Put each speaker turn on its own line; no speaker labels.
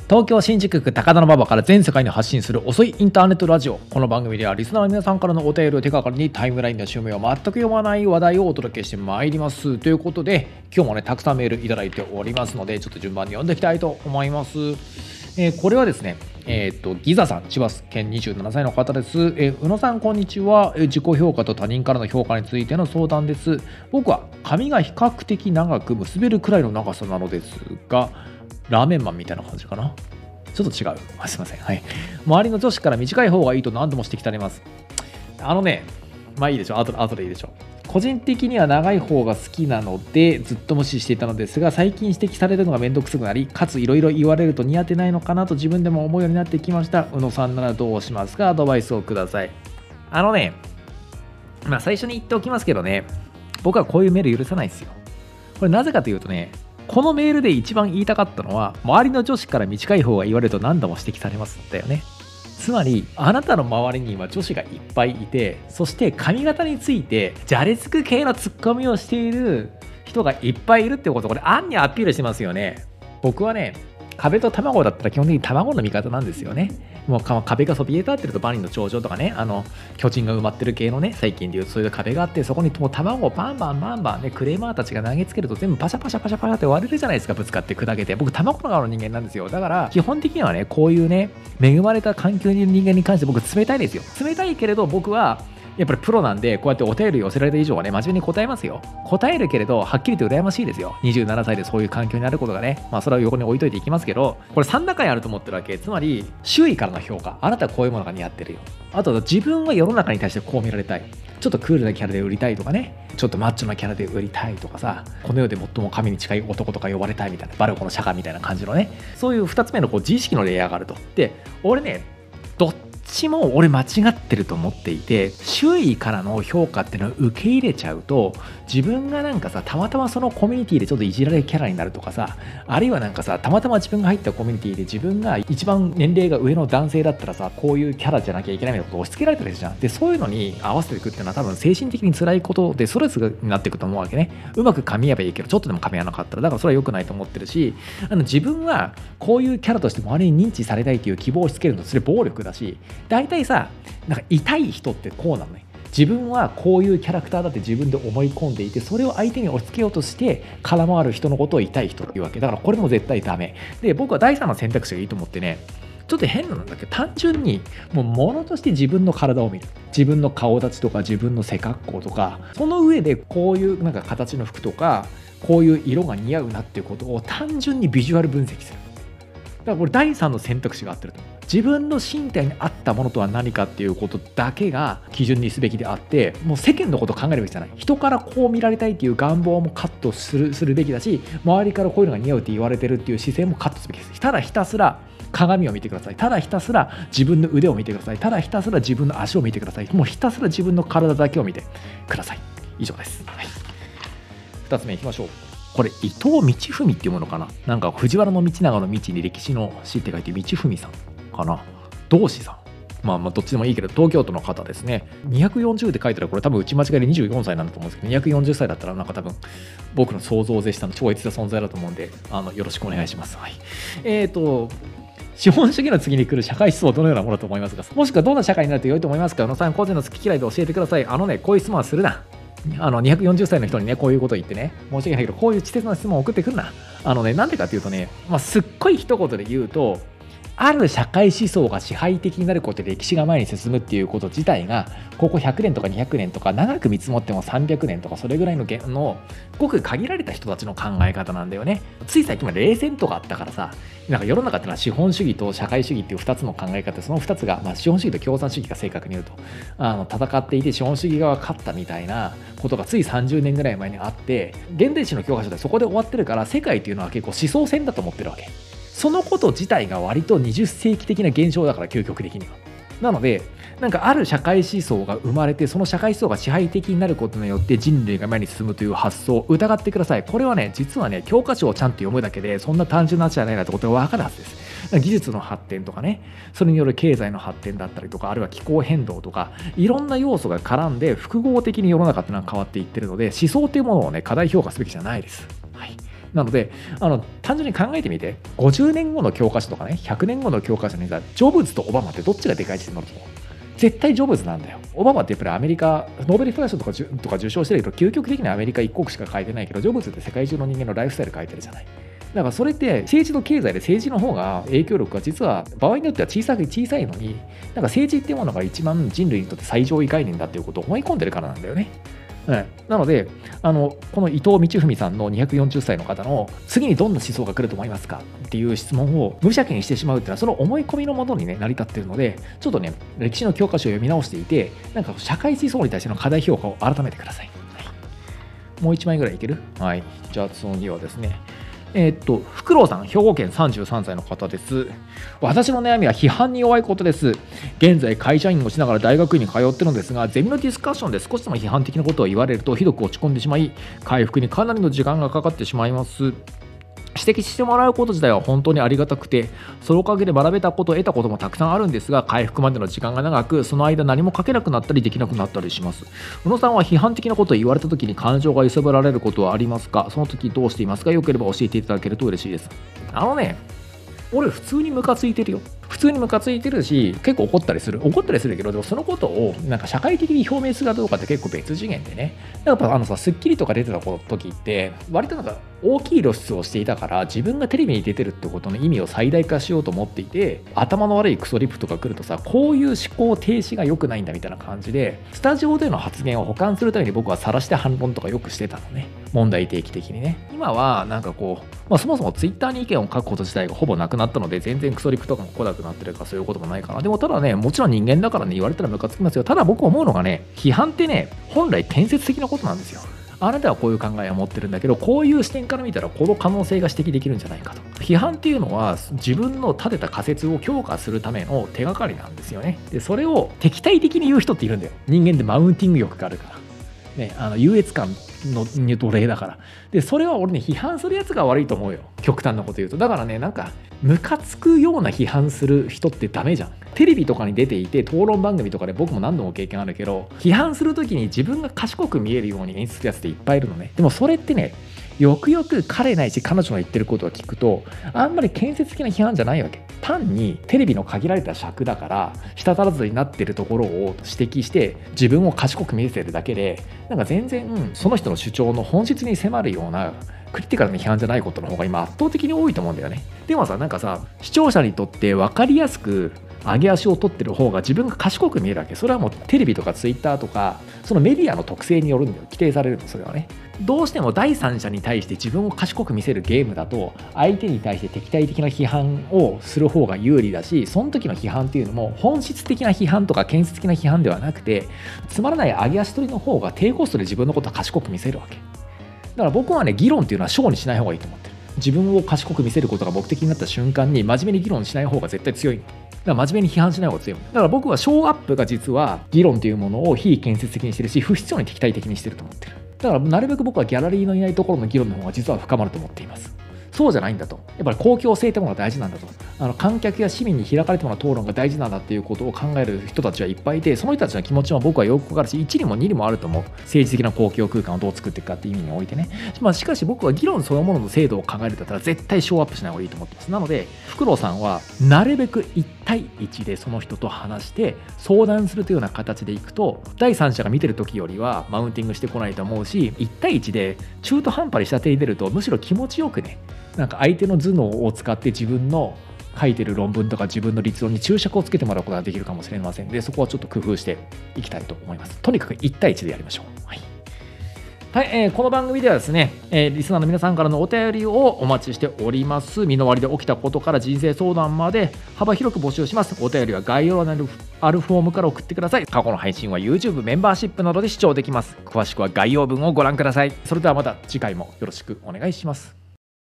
東京新宿区高田馬場から全世界に発信する遅いインターネットラジオ。この番組ではリスナーの皆さんからのお便りを手がかりにタイムラインの趣味を全く読まない話題をお届けしてまいります。ということで今日もねたくさんメールいただいておりますのでちょっと順番に読んでいきたいと思います。これはですねギザさん、千葉県27歳の方です。宇野さんこんにちは。自己評価と他人からの評価についての相談です。僕は髪が比較的長く結べるくらいの長さなのですが、ラーメンマンみたいな感じかな。ちょっと違う。すいません。はい。周りの女子から短い方がいいと何度も指摘されます。まあいいでしょう。後でいいでしょう。個人的には長い方が好きなのでずっと無視していたのですが、最近指摘されるのがめんどくさくなり、かついろいろ言われると似合ってないのかなと自分でも思うようになってきました。宇野さんならどうしますか？アドバイスをください。最初に言っておきますけどね、僕はこういうメール許さないですよ。これなぜかというとね、このメールで一番言いたかったのは、周りの女子から短い方が言われると何度も指摘されますんだよね。つまりあなたの周りに今女子がいっぱいいて、そして髪型についてじゃれつく系のツッコミをしている人がいっぱいいるってこと、これ暗にアピールしてますよね。僕はね、壁と卵だったら基本的に卵の味方なんですよね。もう壁がそびえ立ってると万里の長城とかね、巨人が埋まってる系のね、最近でいうとそういう壁があって、そこにもう卵をバンバンね、クレーマーたちが投げつけると全部パシャパシャって割れるじゃないですか。ぶつかって砕けて。僕卵の側の人間なんですよ。だから基本的にはね、こういうね恵まれた環境にいる人間に関して僕冷たいですよ。冷たいけれど僕はやっぱりプロなんで、こうやってお便り寄せられた以上はね、真面目に答えますよ。答えるけれど、はっきりと羨ましいですよ。27歳でそういう環境になることがね。それは横に置いといていきますけど、これ3段階あると思ってるわけ。つまり、周囲からの評価。あなたはこういうものが似合ってるよ。あと、自分は世の中に対してこう見られたい。ちょっとクールなキャラで売りたいとかね。ちょっとマッチョなキャラで売りたいとかさ。この世で最も神に近い男とか呼ばれたいみたいな。バルコの釈迦みたいな感じのね。そういう2つ目の自意識のレイヤーがあると。で、俺ね、どっちも俺間違ってると思っていて、周囲からの評価っていうのを受け入れちゃうと、自分がなんかさ、たまたまそのコミュニティでちょっといじられるキャラになるとかさ、あるいはなんかさ、たまたま自分が入ったコミュニティで自分が一番年齢が上の男性だったらさ、こういうキャラじゃなきゃいけないみたいなことを押し付けられたりするじゃん。で、そういうのに合わせていくっていうのは多分精神的に辛いことでストレスになっていくと思うわけね。うまく噛み合えばいいけど、ちょっとでも噛み合わなかったら、だからそれは良くないと思ってるし、自分はこういうキャラとして周りに認知されたいという希望を押し付けるのそれ暴力だし、大体さ、なんか痛い人ってこうなのね。自分はこういうキャラクターだって自分で思い込んでいて、それを相手に押し付けようとして空回る人のことを痛い人っていうわけだから、これも絶対ダメで、僕は第3の選択肢がいいと思ってね、ちょっと変なんだけど、単純にもう物として自分の体を見る、自分の顔立ちとか自分の背格好とか、その上でこういうなんか形の服とかこういう色が似合うなっていうことを単純にビジュアル分析する。だからこれ第3の選択肢があってると思う。自分の身体に合ったものとは何かっていうことだけが基準にすべきであって、もう世間のことを考えるべきじゃない。人からこう見られたいっていう願望もカットするべきだし、周りからこういうのが似合うって言われてるっていう姿勢もカットすべきです。ただひたすら鏡を見てください。ただひたすら自分の腕を見てください。ただひたすら自分の足を見てください。もうひたすら自分の体だけを見てください。以上です。はい、2つ目いきましょう。これ伊藤道文っていうものかな。なんか藤原道長の道に歴史の史って書いて道文さんかな。同志さん。どっちでもいいけど、東京都の方ですね。240って書いてある、これ多分打ち間違いで24歳なんだと思うんですけど、240歳だったらなんか多分僕の想像を絶したの超越した存在だと思うんで、よろしくお願いします。はい。資本主義の次に来る社会思想はどのようなものだと思いますか？もしくはどんな社会になると良いと思いますか？宇野さん個人の好き嫌いで教えてください。こういう質問はするな。240歳の人にね、こういうことを言ってね、申し訳ないけど、こういう稚拙な質問を送ってくるな。なんでかっていうとね、すっごい一言で言うと、ある社会思想が支配的になることで歴史が前に進むっていうこと自体が、ここ100年とか200年とか、長く見積もっても300年とか、それぐらいのごく限られた人たちの考え方なんだよね。つい最近まで冷戦とかあったからさ、なんか世の中っていうのは資本主義と社会主義っていう2つの考え方、その2つが、資本主義と共産主義が正確に言うと戦っていて、資本主義側が勝ったみたいなことがつい30年ぐらい前にあって、現代史の教科書でそこで終わってるから、世界っていうのは結構思想戦だと思ってるわけ。そのこと自体が割と20世紀的な現象だから、究極的には。なので、なんかある社会思想が生まれて、その社会思想が支配的になることによって人類が前に進むという発想を疑ってください。これはね、実はね、教科書をちゃんと読むだけでそんな単純な話じゃないなってことが分かるはずです。技術の発展とかね、それによる経済の発展だったりとか、あるいは気候変動とか、いろんな要素が絡んで複合的に世の中っていうのは変わっていってるので、思想というものをね、過大評価すべきじゃないです。はい。 なので単純に考えてみて、50年後の教科書とかね、100年後の教科書にさ、ジョブズとオバマってどっちがでかい位置に乗ると思う？絶対ジョブズなんだよ。オバマってやっぱりアメリカ、ノーベル平和賞とか受賞してるけど、究極的にはアメリカ一国しか書いてないけど、ジョブズって世界中の人間のライフスタイル書いてるじゃない。だからそれって政治と経済で政治の方が影響力が実は場合によっては小さいのに、なんか政治っていうものが一番人類にとって最上位概念だっていうことを思い込んでるからなんだよね。なのでこの伊藤道文さんの240歳の方の次にどんな思想が来ると思いますかっていう質問を無邪気にしてしまうっていうのは、その思い込みのもとにね成り立っているので、ちょっとね歴史の教科書を読み直していて、なんか社会思想に対しての課題評価を改めてください。もう1枚ぐらいいける？はい。じゃあ次はですね、フクロウさん、兵庫県33歳の方です。私の悩みは批判に弱いことです。現在会社員をしながら大学院に通ってるのですが、ゼミのディスカッションで少しでも批判的なことを言われるとひどく落ち込んでしまい、回復にかなりの時間がかかってしまいます。指摘してもらうこと自体は本当にありがたくて、そのおかげで学べたこと、得たこともたくさんあるんですが、回復までの時間が長く、その間何も書けなくなったりできなくなったりします。宇野さんは批判的なことを言われた時に感情が揺さぶられることはありますか？その時どうしていますか？よければ教えていただけると嬉しいです。俺普通にムカついてるよ。普通にムカついてるし、結構怒ったりするけど、でもそのことをなんか社会的に表明するかどうかって結構別次元でね。やっぱスッキリとか出てた時って割となんか大きい露出をしていたから、自分がテレビに出てるってことの意味を最大化しようと思っていて、頭の悪いクソリップとか来るとさ、こういう思考停止が良くないんだみたいな感じで、スタジオでの発言を補完するために僕は晒して反論とかよくしてたのね。問題提起的にね。今はなんかそもそもツイッターに意見を書くこと自体がほぼなくなったので、全然クソリップとかも来なくなってるからそういうこともないかな。でもただね、もちろん人間だからね、言われたらムカつきますよ。ただ僕思うのがね、批判ってね、本来建設的なことなんですよ。あなたはこういう考えを持ってるんだけど、こういう視点から見たらこの可能性が指摘できるんじゃないかと。批判っていうのは自分の立てた仮説を強化するための手がかりなんですよね。でそれを敵対的に言う人っているんだよ。人間でマウンティング欲があるから、ね、優越感の奴隷だから。でそれは俺ね、批判するやつが悪いと思うよ、極端なこと言うと。だからね、なんかムカつくような批判する人ってダメじゃん。テレビとかに出ていて、討論番組とかで僕も何度も経験あるけど、批判するときに自分が賢く見えるように演出するやつっていっぱいいるのね。でもそれってね、よくよく彼ないし彼女の言ってることを聞くと、あんまり建設的な批判じゃないわけ。単にテレビの限られた尺だから舌足らずになってるところを指摘して自分を賢く見せてるだけで、なんか全然その人の主張の本質に迫るようなクリティカルな批判じゃないことの方が今圧倒的に多いと思うんだよね。でもさ、なんかさ、視聴者にとって分かりやすく上げ足を取ってる方が自分が賢く見えるわけ。それはもうテレビとかツイッターとかそのメディアの特性によるんだよ。規定されるの、それはね。どうしても第三者に対して自分を賢く見せるゲームだと、相手に対して敵対的な批判をする方が有利だし、その時の批判っていうのも本質的な批判とか建設的な批判ではなくて、つまらない上げ足取りの方が低コストで自分のことを賢く見せるわけだから、僕はね、議論っていうのは小にしない方がいいと思ってる。自分を賢く見せることが目的になった瞬間に真面目に議論しない方が絶対強い。だから真面目に批判しない方が強い。だから僕はショーアップが実は議論というものを非建設的にしてるし、不必要に敵対的にしてると思ってる。だからなるべく僕はギャラリーのいないところの議論の方が実は深まると思っています。そうじゃないんだと。やっぱり公共性ってものが大事なんだと。観客や市民に開かれたもの討論が大事なんだっていうことを考える人たちはいっぱいいて、その人たちの気持ちも僕はよくわかるし、1にも2にもあると思う。政治的な公共空間をどう作っていくかっていう意味においてね。しかし僕は議論そのものの制度を考えるんだったら絶対ショーアップしない方がいいと思ってます。なので、フクロウさんはなるべく1対1でその人と話して相談するというような形でいくと、第三者が見てる時よりはマウンティングしてこないと思うし、1対1で中途半端に下手に出るとむしろ気持ちよくね、なんか相手の頭脳を使って自分の書いてる論文とか自分の立論に注釈をつけてもらうことができるかもしれません。でそこはちょっと工夫していきたいと思います。とにかく1対1でやりましょう。はい、この番組ではですね、リスナーの皆さんからのお便りをお待ちしております。身の回りで起きたことから人生相談まで幅広く募集します。お便りは概要欄にあるフォームから送ってください。過去の配信は YouTube メンバーシップなどで視聴できます。詳しくは概要文をご覧ください。それではまた次回もよろしくお願いします。